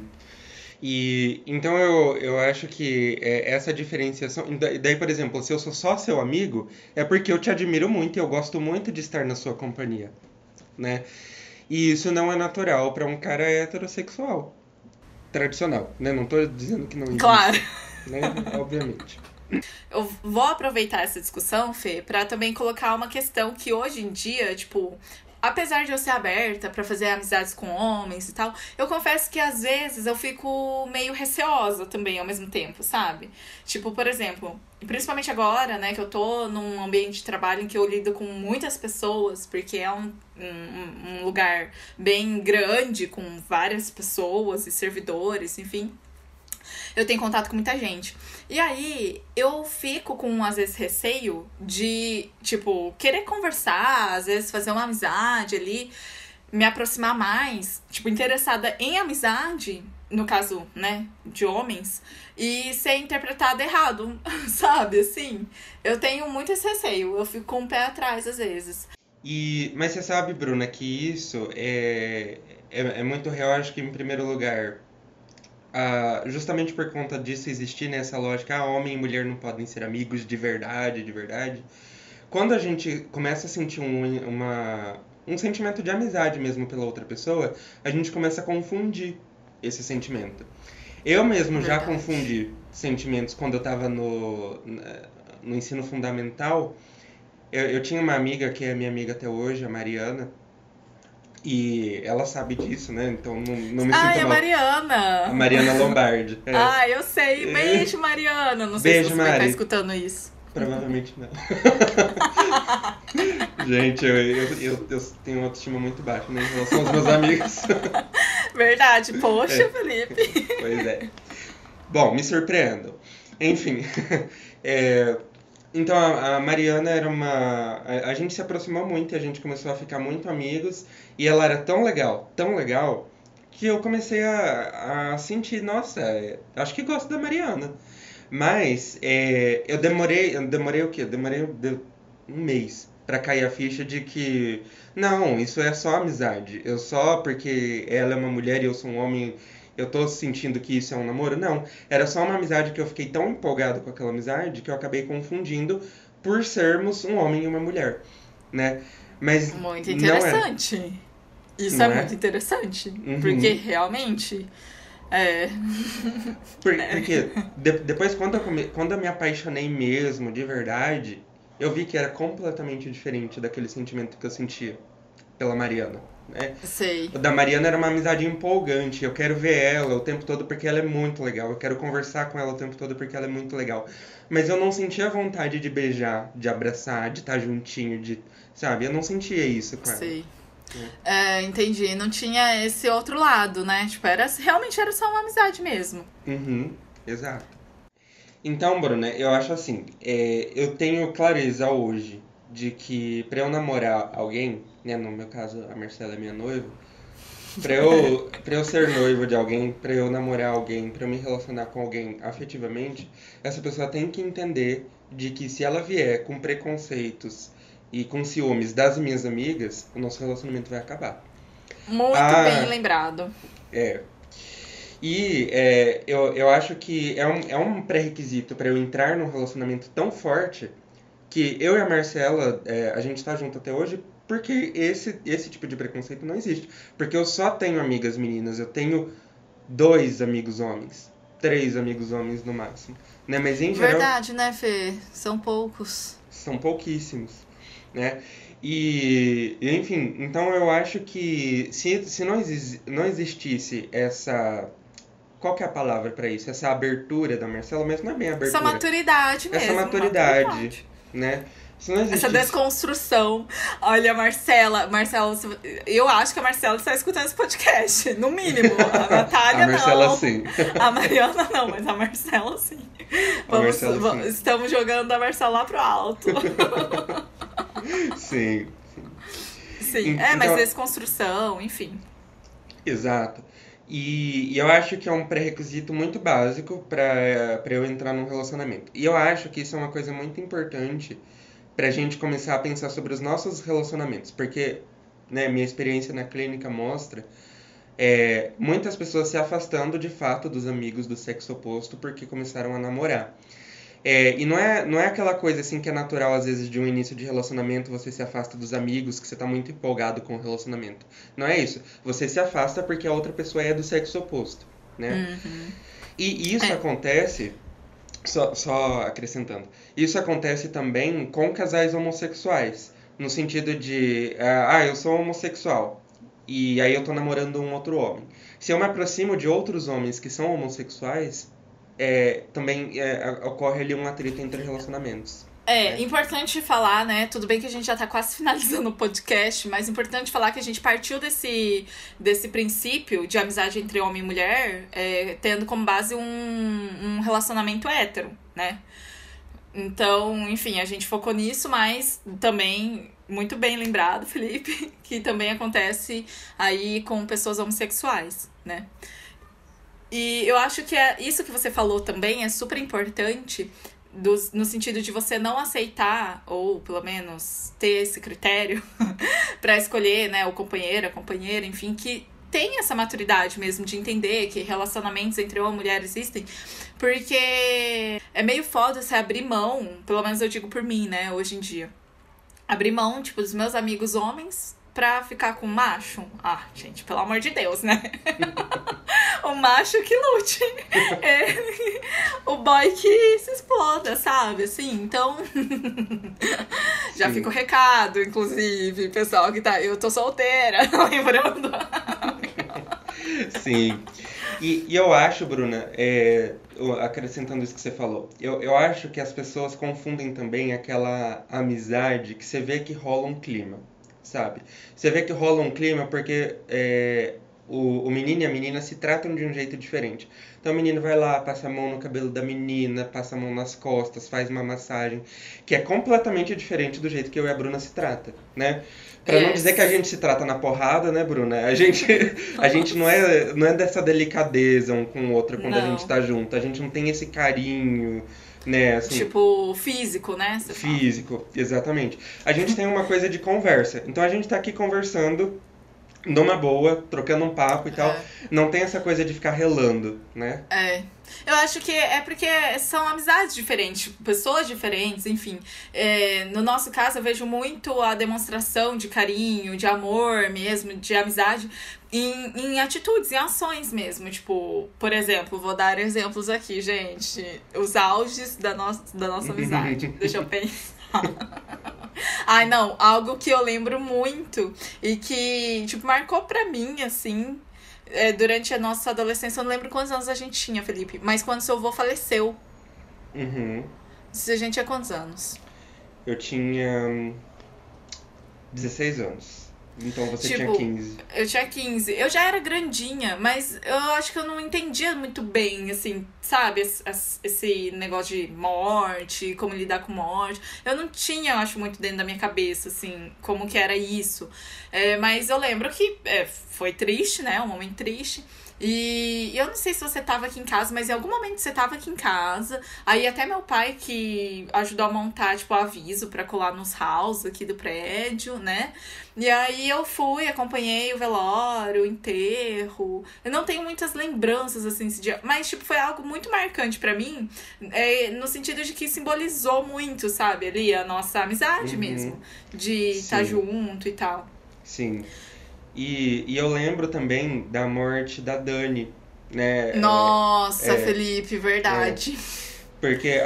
E então eu acho que essa diferenciação. E daí, por exemplo, se eu sou só seu amigo, é porque eu te admiro muito e eu gosto muito de estar na sua companhia, né? E isso não é natural para um cara heterossexual tradicional, né? Não tô dizendo que não existe, Claro. né? Obviamente. Eu vou aproveitar essa discussão, Fê, pra também colocar uma questão que hoje em dia, tipo, apesar de eu ser aberta pra fazer amizades com homens e tal, eu confesso que às vezes eu fico meio receosa também ao mesmo tempo, sabe? Tipo, por exemplo, principalmente agora, né, que eu tô num ambiente de trabalho em que eu lido com muitas pessoas, porque é um lugar bem grande, com várias pessoas e servidores, enfim. Eu tenho contato com muita gente. E aí, eu fico com, às vezes, receio de, tipo, querer conversar, às vezes fazer uma amizade ali, me aproximar mais, tipo, interessada em amizade, no caso, né, de homens, e ser interpretada errado, sabe, assim? Eu tenho muito esse receio, eu fico com o pé atrás, às vezes. Mas você sabe, Bruna, que isso é muito real, acho que em primeiro lugar. Justamente por conta disso existir nessa lógica, homem e mulher não podem ser amigos de verdade, de verdade. Quando a gente começa a sentir um sentimento de amizade mesmo pela outra pessoa, a gente começa a confundir esse sentimento. Eu mesmo já Verdade. confundi sentimentos quando eu estava no ensino fundamental. Eu tinha uma amiga que é minha amiga até hoje, a Mariana, e ela sabe disso, né? Então não me sinto Ai, a mal. Mariana! A Mariana Lombardi. Eu sei. Beijo, Mariana. Não sei Beijo, se você vai estar Mari. escutando isso. Provavelmente não. Gente, eu tenho uma autoestima muito baixa, né? Em relação aos meus amigos. Verdade. Poxa, Felipe. Pois é. Bom, me surpreendam. Enfim. Então, a Mariana era uma. A gente se aproximou muito e a gente começou a ficar muito amigos. E ela era tão legal, que eu comecei a sentir, nossa, acho que gosto da Mariana. Mas eu demorei o quê? Eu demorei um mês pra cair a ficha de que não, isso é só amizade. Eu só porque ela é uma mulher e eu sou um homem, eu tô sentindo que isso é um namoro. Não, era só uma amizade que eu fiquei tão empolgado com aquela amizade que eu acabei confundindo por sermos um homem e uma mulher, né? Mas Muito não é, interessante. Isso é não muito é? interessante. Porque Uhum. realmente. É. Porque depois, quando eu me apaixonei mesmo, de verdade, eu vi que era completamente diferente daquele sentimento que eu sentia pela Mariana, né? Sei. O da Mariana era uma amizade empolgante, eu quero ver ela o tempo todo porque ela é muito legal, eu quero conversar com ela o tempo todo porque ela é muito legal. Mas eu não sentia vontade de beijar, de abraçar, de estar juntinho, sabe? Eu não sentia isso com ela, Sei. né? É, entendi. Não tinha esse outro lado, né? Tipo, realmente era só uma amizade mesmo. Uhum, exato. Então, Bruna, eu acho assim, eu tenho clareza hoje de que pra eu namorar alguém, né, no meu caso a Marcela é minha noiva, pra eu ser noivo de alguém, pra eu namorar alguém, pra eu me relacionar com alguém afetivamente, essa pessoa tem que entender de que se ela vier com preconceitos e com ciúmes das minhas amigas, o nosso relacionamento vai acabar. Muito bem Ah, lembrado. é, eu acho que é um pré-requisito para eu entrar num relacionamento tão forte que eu e a Marcela, a gente tá junto até hoje porque esse tipo de preconceito não existe. Porque eu só tenho amigas meninas, eu tenho dois amigos homens, três amigos homens no máximo, né? Mas em geral Verdade, né, Fê? São poucos. são pouquíssimos, né? Enfim, então eu acho que se não existisse essa. Qual que é a palavra para isso? Essa abertura da Marcela, mas não é bem Essa abertura. maturidade Essa mesmo, maturidade, maturidade. né? Se não Essa existisse. desconstrução. Olha, Marcela, eu acho que a Marcela está escutando esse podcast, no mínimo. A A Natália Marcela, não. sim. A Mariana não, mas a Marcela sim. A Marcela, sim. Estamos jogando a Marcela lá pro alto. Sim. Sim, mas Então, desconstrução, enfim. exato. E eu acho que é um pré-requisito muito básico para eu entrar num relacionamento. E eu acho que isso é uma coisa muito importante pra gente começar a pensar sobre os nossos relacionamentos. Porque, né, minha experiência na clínica mostra muitas pessoas se afastando de fato dos amigos do sexo oposto porque começaram a namorar. E não é aquela coisa assim que é natural, às vezes, de um início de relacionamento, você se afasta dos amigos, que você tá muito empolgado com o relacionamento. Não é isso. Você se afasta porque a outra pessoa é do sexo oposto, né? Uhum. E isso É. acontece, só acrescentando, isso acontece também com casais homossexuais. No sentido de, eu sou homossexual. E aí eu tô namorando um outro homem. Se eu me aproximo de outros homens que são homossexuais, também ocorre ali um atrito entre relacionamentos, É né? importante falar, né? Tudo bem que a gente já tá quase finalizando o podcast, mas é importante falar que a gente partiu desse princípio de amizade entre homem e mulher, tendo como base um relacionamento hétero, né? Então, enfim, a gente focou nisso, mas também, muito bem lembrado, Felipe, que também acontece aí com pessoas homossexuais, né? E eu acho que isso que você falou também é super importante no sentido de você não aceitar, ou pelo menos ter esse critério para escolher, né, o companheiro, a companheira, enfim, que tem essa maturidade mesmo de entender que relacionamentos entre homem e mulher existem, porque é meio foda você abrir mão, pelo menos eu digo por mim, né, hoje em dia. Abrir mão, tipo, dos meus amigos homens pra ficar com macho. Ah, gente, pelo amor de Deus, né? O macho que lute. O boy que se exploda, sabe? Assim, então. Já fica o Sim, recado, inclusive, pessoal que tá. Eu tô solteira, lembrando. sim. E eu acho, Bruna, acrescentando isso que você falou, eu acho que as pessoas confundem também aquela amizade que você vê que rola um clima, sabe? Você vê que rola um clima porque o menino e a menina se tratam de um jeito diferente. Então o menino vai lá, passa a mão no cabelo da menina, passa a mão nas costas, faz uma massagem, que é completamente diferente do jeito que eu e a Bruna se trata, né? Pra não dizer que a gente se trata na porrada, né, Bruna? A gente não é dessa delicadeza um com o outro quando a gente tá junto. A gente não tem esse carinho, né, assim... Tipo, físico, né? Físico, exatamente. A gente tem uma coisa de conversa. Então a gente tá aqui conversando numa boa, trocando um papo e tal. Não tem essa coisa de ficar relando, né? Eu acho que é porque são amizades diferentes, pessoas diferentes, enfim. No nosso caso, eu vejo muito a demonstração de carinho, de amor mesmo, de amizade, em atitudes, em ações mesmo. Tipo, por exemplo, vou dar exemplos aqui, gente. Os auges da nossa amizade. Deixa eu pensar. Ai, não, algo que eu lembro muito e que, tipo, marcou pra mim, assim, durante a nossa adolescência. Eu não lembro quantos anos a gente tinha, Felipe, mas quando seu avô faleceu. A gente tinha quantos anos? Eu tinha 16 anos. Então você tinha 15. Eu tinha 15. Eu já era grandinha, mas eu acho que eu não entendia muito bem, assim, sabe? Esse negócio de morte, como lidar com morte. Eu não tinha, eu acho, muito dentro da minha cabeça, assim, como que era isso. Mas eu lembro que foi triste, né? Um momento triste. E eu não sei se você tava aqui em casa, mas em algum momento você tava aqui em casa. Aí até meu pai que ajudou a montar, tipo, o aviso pra colar nos halls aqui do prédio, né? E aí eu fui, acompanhei o velório, o enterro. Eu não tenho muitas lembranças, assim, desse dia. Mas, tipo, foi algo muito marcante pra mim. No sentido de que simbolizou muito, sabe? Ali, a nossa amizade mesmo. De estar junto e tal. Sim. E eu lembro também da morte da Dani, né? Nossa, Felipe, verdade. Porque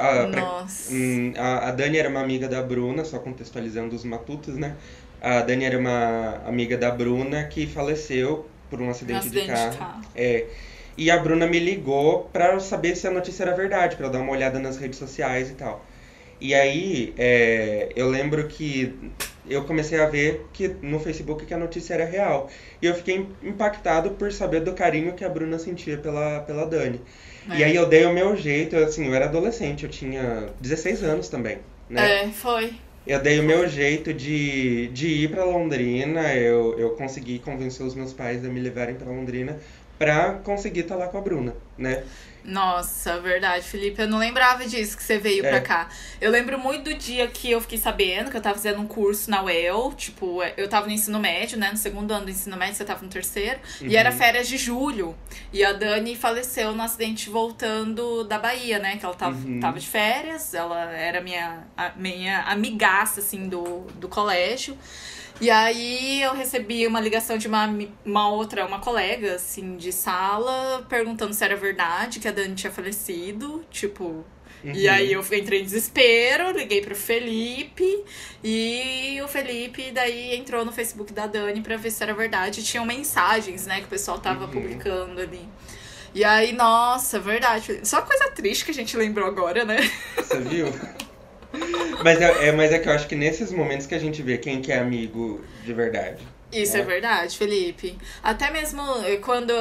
a Dani era uma amiga da Bruna, só contextualizando os matutos, né? A Dani era uma amiga da Bruna que faleceu por um acidente de carro. E a Bruna me ligou pra saber se a notícia era verdade, pra eu dar uma olhada nas redes sociais e tal. E aí, eu lembro que eu comecei a ver que no Facebook que a notícia era real. E eu fiquei impactado por saber do carinho que a Bruna sentia pela Dani. E aí eu dei o meu jeito, assim, eu era adolescente, eu tinha 16 anos também, né? Foi. Eu dei o meu jeito de ir pra Londrina, eu consegui convencer os meus pais a me levarem pra Londrina pra conseguir estar lá com a Bruna, né? Nossa, verdade, Felipe. Eu não lembrava disso, que você veio pra cá. Eu lembro muito do dia que eu fiquei sabendo que eu tava fazendo um curso na UEL. Tipo, eu tava no ensino médio, né? No segundo ano do ensino médio, você tava no terceiro. E era férias de julho. E a Dani faleceu no acidente voltando da Bahia, né? Que ela tava de férias. Ela era minha amigaça, assim, do colégio. E aí eu recebi uma ligação de uma colega, assim, de sala, perguntando se era verdade que a Dani tinha falecido, tipo... E aí eu entrei em desespero, liguei pro Felipe, e o Felipe daí entrou no Facebook da Dani pra ver se era verdade. Tinham mensagens, né, que o pessoal tava publicando ali. E aí, nossa, verdade. Só coisa triste que a gente lembrou agora, né? Você viu? Mas é que eu acho que nesses momentos que a gente vê quem que é amigo de verdade. Isso é verdade, Felipe. Até mesmo quando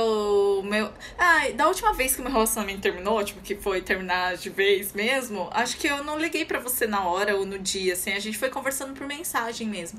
da última vez que o meu relacionamento terminou, tipo, que foi terminar de vez mesmo, acho que eu não liguei pra você na hora ou no dia, assim, a gente foi conversando por mensagem mesmo.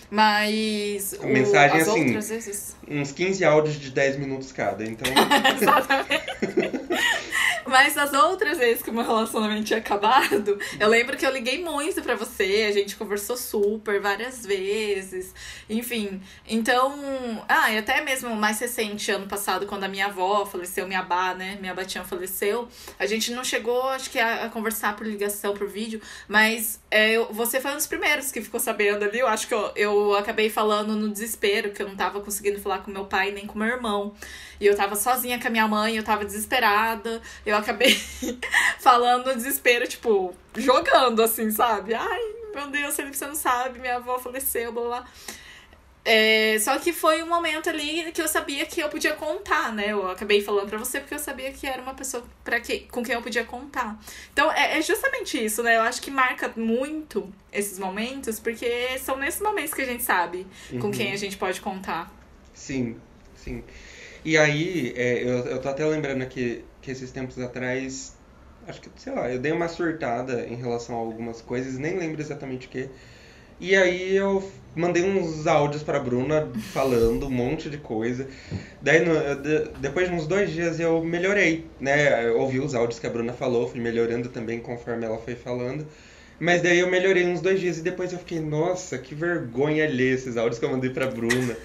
Mas mensagem, as assim, outras vezes... uns 15 áudios de 10 minutos cada, então... Exatamente. Mas as outras vezes que o meu relacionamento tinha acabado, eu lembro que eu liguei muito pra você, a gente conversou super várias vezes, enfim. Então, e até mesmo mais recente, ano passado, quando a minha avó faleceu, minha batinha faleceu, a gente não chegou, acho que a conversar por ligação, por vídeo, mas você foi um dos primeiros que ficou sabendo ali. Eu acho que eu acabei falando no desespero, que eu não tava conseguindo falar com meu pai nem com meu irmão. E eu tava sozinha com a minha mãe, eu tava desesperada. Eu acabei falando no desespero, tipo, jogando assim, sabe? Ai, meu Deus, Felipe, você não sabe, minha avó faleceu, blá blá. Só que foi um momento ali que eu sabia que eu podia contar, né? Eu acabei falando pra você porque eu sabia que era uma pessoa com quem eu podia contar. Então, é justamente isso, né? Eu acho que marca muito esses momentos, porque são nesses momentos que a gente sabe com quem a gente pode contar. Sim, sim. E aí, eu tô até lembrando aqui que esses tempos atrás, acho que, sei lá, eu dei uma surtada em relação a algumas coisas, nem lembro exatamente o que. E aí eu mandei uns áudios pra Bruna falando um monte de coisa. Daí, depois de uns 2 dias eu melhorei, né? Eu ouvi os áudios que a Bruna falou, fui melhorando também conforme ela foi falando. Mas daí eu melhorei uns 2 dias e depois eu fiquei, nossa, que vergonha ler esses áudios que eu mandei pra Bruna.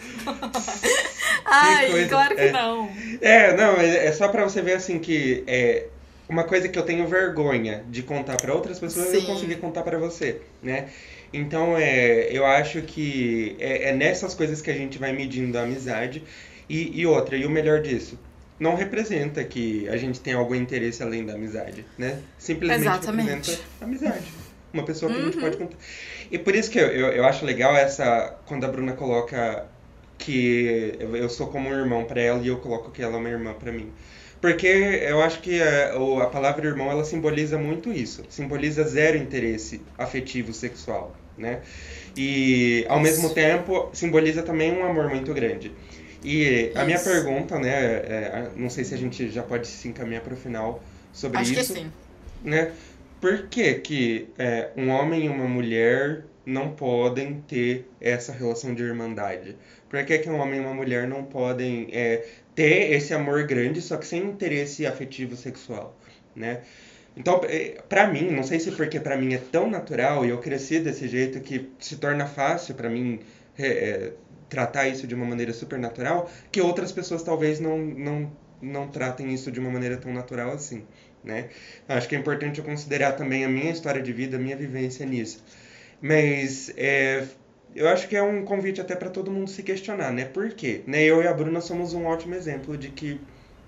Que Ai, coisa. claro que não. Não, é só pra você ver assim que uma coisa que eu tenho vergonha de contar pra outras pessoas eu consegui Sim, contar pra você, né? Então eu acho que é nessas coisas que a gente vai medindo a amizade e outra, e o melhor disso, não representa que a gente tem algum interesse além da amizade, né? Simplesmente representa exatamente. amizade. Uma pessoa que a gente pode Uhum. contar. E por isso que eu acho legal quando a Bruna coloca que eu sou como um irmão pra ela e eu coloco que ela é uma irmã pra mim. Porque eu acho que a palavra irmão ela simboliza muito isso. Simboliza zero interesse afetivo sexual, né? E ao mesmo Isso, tempo simboliza também um amor muito grande. E a minha isso. pergunta, né? Não sei se a gente já pode se encaminhar para o final sobre Acho que isso, sim. né? Por que que um homem e uma mulher não podem ter essa relação de irmandade? Por que um homem e uma mulher não podem ter esse amor grande, só que sem interesse afetivo sexual, né? Então, pra mim, não sei se porque pra mim é tão natural e eu cresci desse jeito que se torna fácil pra mim é, é, tratar isso de uma maneira super natural, que outras pessoas talvez não tratem isso de uma maneira tão natural assim, né? Acho que é importante eu considerar também a minha história de vida, a minha vivência nisso. Mas eu acho que é um convite até pra todo mundo se questionar, né? Por quê? Né? Eu e a Bruna somos um ótimo exemplo de que,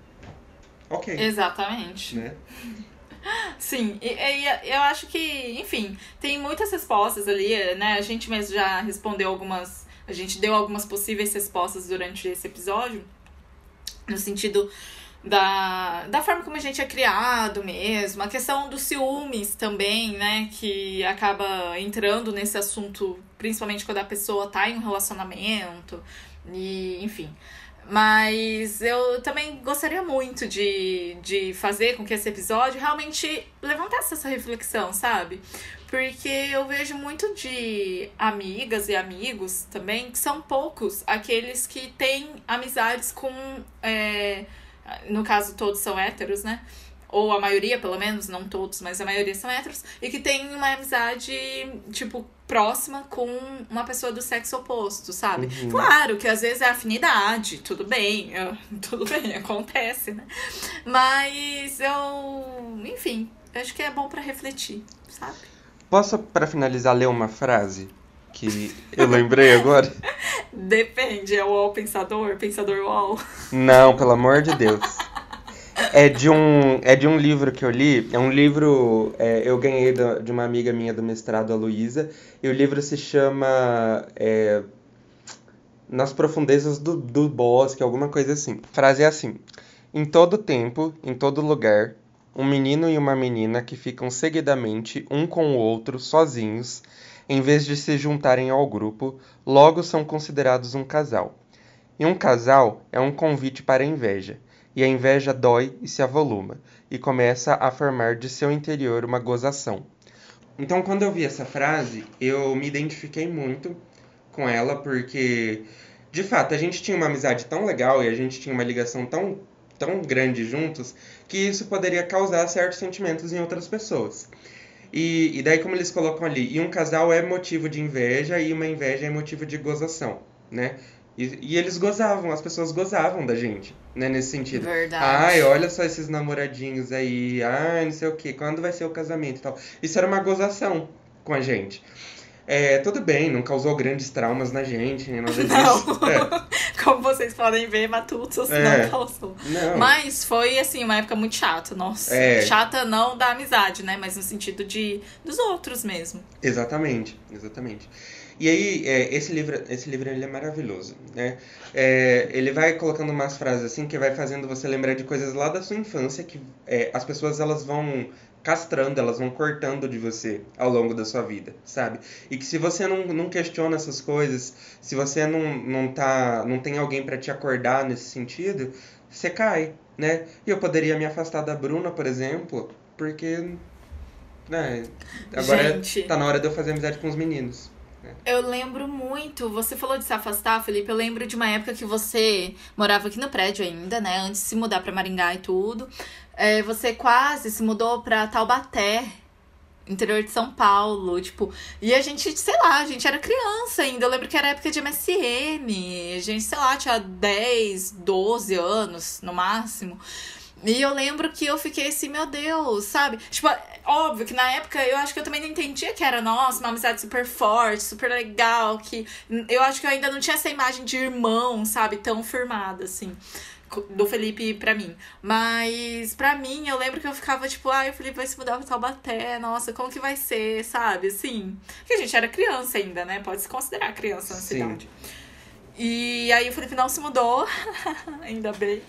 ok, Exatamente. né? Sim, eu acho que, enfim, tem muitas respostas ali, né? A gente mesmo já respondeu algumas. A gente deu algumas possíveis respostas durante esse episódio, no sentido da forma como a gente é criado mesmo, a questão dos ciúmes também, né? Que acaba entrando nesse assunto, principalmente quando a pessoa tá em um relacionamento, e enfim. Mas eu também gostaria muito de fazer com que esse episódio realmente levantasse essa reflexão, sabe? Porque eu vejo muito de amigas e amigos também, que são poucos aqueles que têm amizades com. No caso, todos são héteros, né? Ou a maioria, pelo menos, não todos, mas a maioria são héteros, e que tem uma amizade, tipo, próxima com uma pessoa do sexo oposto, sabe? Uhum. Claro que às vezes é afinidade, tudo bem, tudo bem, acontece, né? Mas enfim, acho que é bom pra refletir, sabe? Posso, para finalizar, ler uma frase que eu lembrei agora? Depende, é o UOL Pensador, Pensador UOL. Não, pelo amor de Deus. É de um livro que eu li. É um livro. Eu ganhei de uma amiga minha do mestrado, a Luísa. E o livro se chama Nas Profundezas do Bosque, alguma coisa assim. A frase é assim: em todo tempo, em todo lugar, um menino e uma menina que ficam seguidamente um com o outro, sozinhos, em vez de se juntarem ao grupo, logo são considerados um casal. E um casal é um convite para a inveja, e a inveja dói e se avoluma, e começa a formar de seu interior uma gozação. Então, quando eu vi essa frase, eu me identifiquei muito com ela, porque, de fato, a gente tinha uma amizade tão legal e a gente tinha uma ligação tão grande juntos, que isso poderia causar certos sentimentos em outras pessoas. E daí, como eles colocam ali, e um casal é motivo de inveja e uma inveja é motivo de gozação, né? E eles gozavam, as pessoas gozavam da gente, né? Nesse sentido. Ai, Verdade. olha só esses namoradinhos aí, ai, não sei o quê, quando vai ser o casamento e tal. Isso era uma gozação com a gente. Tudo bem, não causou grandes traumas na gente, nem nada Não. disso. Como vocês podem ver, Matutos não causou. Não, Mas foi, assim, uma época muito chata, nossa. é, Chata não da amizade, né? Mas no sentido dos outros mesmo. exatamente, exatamente. E aí, esse livro ele é maravilhoso, né? Ele vai colocando umas frases assim que vai fazendo você lembrar de coisas lá da sua infância que as pessoas elas vão castrando, elas vão cortando de você ao longo da sua vida, sabe? E que se você não questiona essas coisas, se você não tem alguém pra te acordar nesse sentido, você cai, né? E eu poderia me afastar da Bruna, por exemplo, porque, né, agora Gente, tá na hora de eu fazer amizade com os meninos, né? eu lembro muito, você falou de se afastar, Felipe, eu lembro de uma época que você morava aqui no prédio ainda, né, antes de se mudar pra Maringá e tudo. Você quase se mudou pra Taubaté, interior de São Paulo, tipo, e a gente, sei lá, a gente era criança ainda, eu lembro que era época de MSN, a gente, sei lá, tinha 10, 12 anos, no máximo. E eu lembro que eu fiquei assim, meu Deus, sabe? Tipo, óbvio que na época eu acho que eu também não entendia que era, nossa, uma amizade super forte, super legal, que eu acho que eu ainda não tinha essa imagem de irmão, sabe, tão firmada, assim, do Felipe pra mim. Mas pra mim, eu lembro que eu ficava tipo, ai, o Felipe vai se mudar pra Taubaté, nossa, como que vai ser, sabe? Assim, porque a gente era criança ainda, né? Pode se considerar criança na Sim. cidade. E aí o Felipe não se mudou, ainda bem.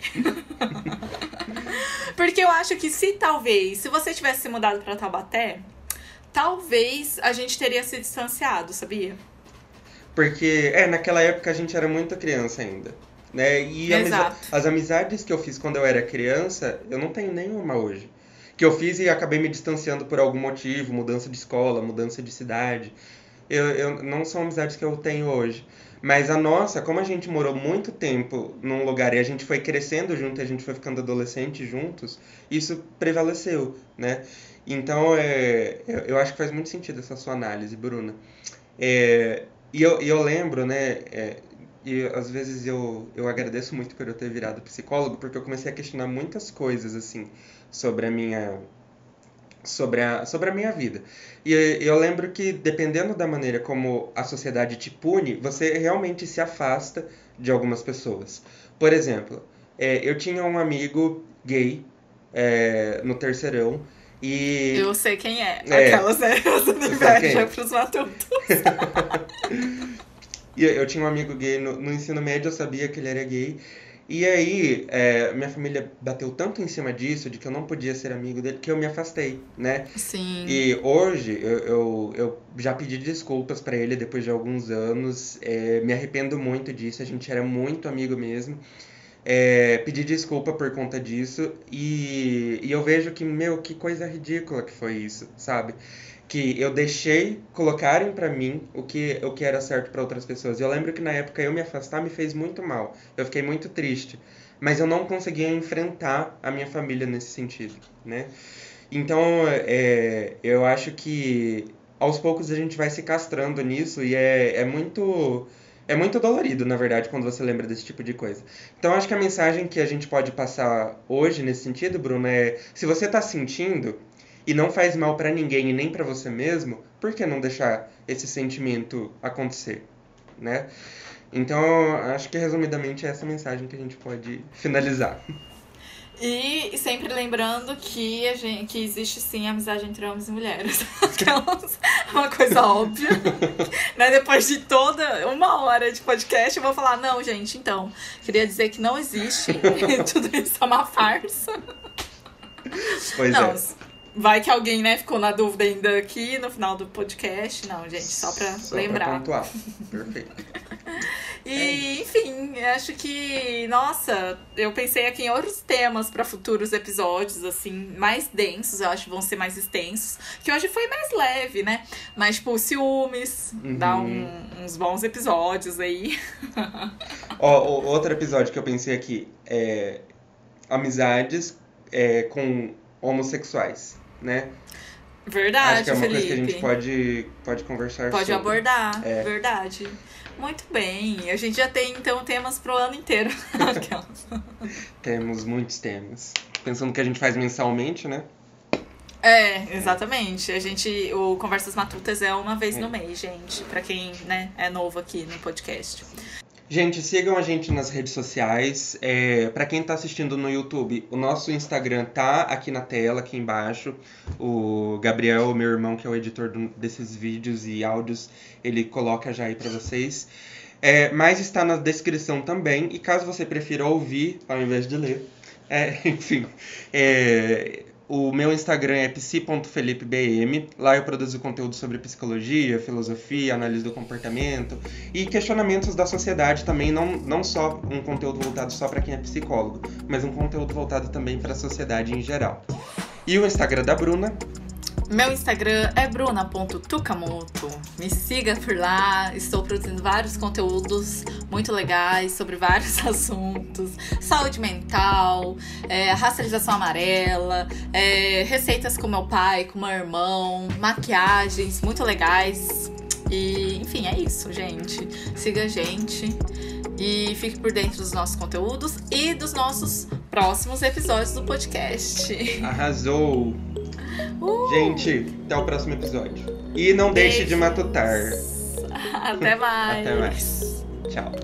Porque eu acho que se você tivesse se mudado pra Taubaté, talvez a gente teria se distanciado, sabia? Porque, naquela época a gente era muito criança ainda, né? E Exato. as amizades que eu fiz quando eu era criança, eu não tenho nenhuma hoje. Que eu fiz e acabei me distanciando por algum motivo, mudança de escola, mudança de cidade. Eu não são amizades que eu tenho hoje. Mas a nossa, como a gente morou muito tempo num lugar e a gente foi crescendo junto, a gente foi ficando adolescente juntos, isso prevaleceu, né? Então, eu acho que faz muito sentido essa sua análise, Bruna. E eu lembro, né? E às vezes eu agradeço muito por eu ter virado psicólogo, porque eu comecei a questionar muitas coisas, assim, sobre a minha sobre a minha vida. E eu lembro que, dependendo da maneira como a sociedade te pune, você realmente se afasta de algumas pessoas. Por exemplo, eu tinha um amigo gay no terceirão e... Eu sei quem é. É, Aquelas, né? Usando eu sei quem inveja é. pros matutos. E eu tinha um amigo gay no ensino médio, eu sabia que ele era gay. E aí, minha família bateu tanto em cima disso, de que eu não podia ser amigo dele, que eu me afastei, né? Sim. E hoje eu já pedi desculpas pra ele depois de alguns anos. Me arrependo muito disso, a gente era muito amigo mesmo. Pedi desculpa por conta disso. E eu vejo que, meu, que coisa ridícula que foi isso, sabe? Que eu deixei colocarem pra mim o que era certo pra outras pessoas. Eu lembro que na época eu me afastar me fez muito mal. Eu fiquei muito triste. Mas eu não conseguia enfrentar a minha família nesse sentido, né? Então, eu acho que aos poucos a gente vai se castrando nisso e é muito dolorido, na verdade, quando você lembra desse tipo de coisa. Então, acho que a mensagem que a gente pode passar hoje nesse sentido, Bruno, é: se você tá sentindo e não faz mal pra ninguém e nem pra você mesmo, por que não deixar esse sentimento acontecer, né? Então, acho que resumidamente é essa mensagem que a gente pode finalizar. E sempre lembrando que existe sim amizade entre homens e mulheres. Uma coisa óbvia. Né? Depois de toda uma hora de podcast, eu vou falar, não, gente, então, queria dizer que não existe. Tudo isso é uma farsa. Pois Não, é. vai que alguém, né, ficou na dúvida ainda aqui no final do podcast. Não, gente, só pra lembrar. Pra pontuar. Perfeito. E, enfim, acho que, nossa, eu pensei aqui em outros temas pra futuros episódios, assim, mais densos, eu acho que vão ser mais extensos, que hoje foi mais leve, né? Mas, tipo, ciúmes, dá uns bons episódios aí. Outro episódio que eu pensei aqui é amizades com homossexuais, né? Verdade, Acho que é uma Felipe. coisa que a gente pode conversar Pode sobre. abordar, verdade. Muito bem, a gente já tem, então, temas pro ano inteiro. Temos muitos temas. Pensando que a gente faz mensalmente, né? Exatamente. O Conversas Matutas é uma vez no mês, gente. Pra quem, né, é novo aqui no podcast. Gente, sigam a gente nas redes sociais. Pra quem tá assistindo no YouTube, o nosso Instagram tá aqui na tela, aqui embaixo. O Gabriel, meu irmão, que é o editor desses vídeos e áudios, ele coloca já aí pra vocês. Mas está na descrição também. E caso você prefira ouvir ao invés de ler, enfim, O meu Instagram é psi.felipebm. Lá eu produzo conteúdo sobre psicologia, filosofia, análise do comportamento e questionamentos da sociedade também, não só um conteúdo voltado só para quem é psicólogo, mas um conteúdo voltado também para a sociedade em geral. E o Instagram da Bruna? Meu Instagram é bruna.tukamoto. Me siga por lá, estou produzindo vários conteúdos muito legais sobre vários assuntos. Saúde mental, racialização amarela, receitas com meu pai, com meu irmão, maquiagens muito legais. E, enfim, é isso, gente. Siga a gente e fique por dentro dos nossos conteúdos e dos nossos próximos episódios do podcast. Arrasou! Gente, até o próximo episódio. E não deixe de matutar. Até mais. Até mais. Tchau.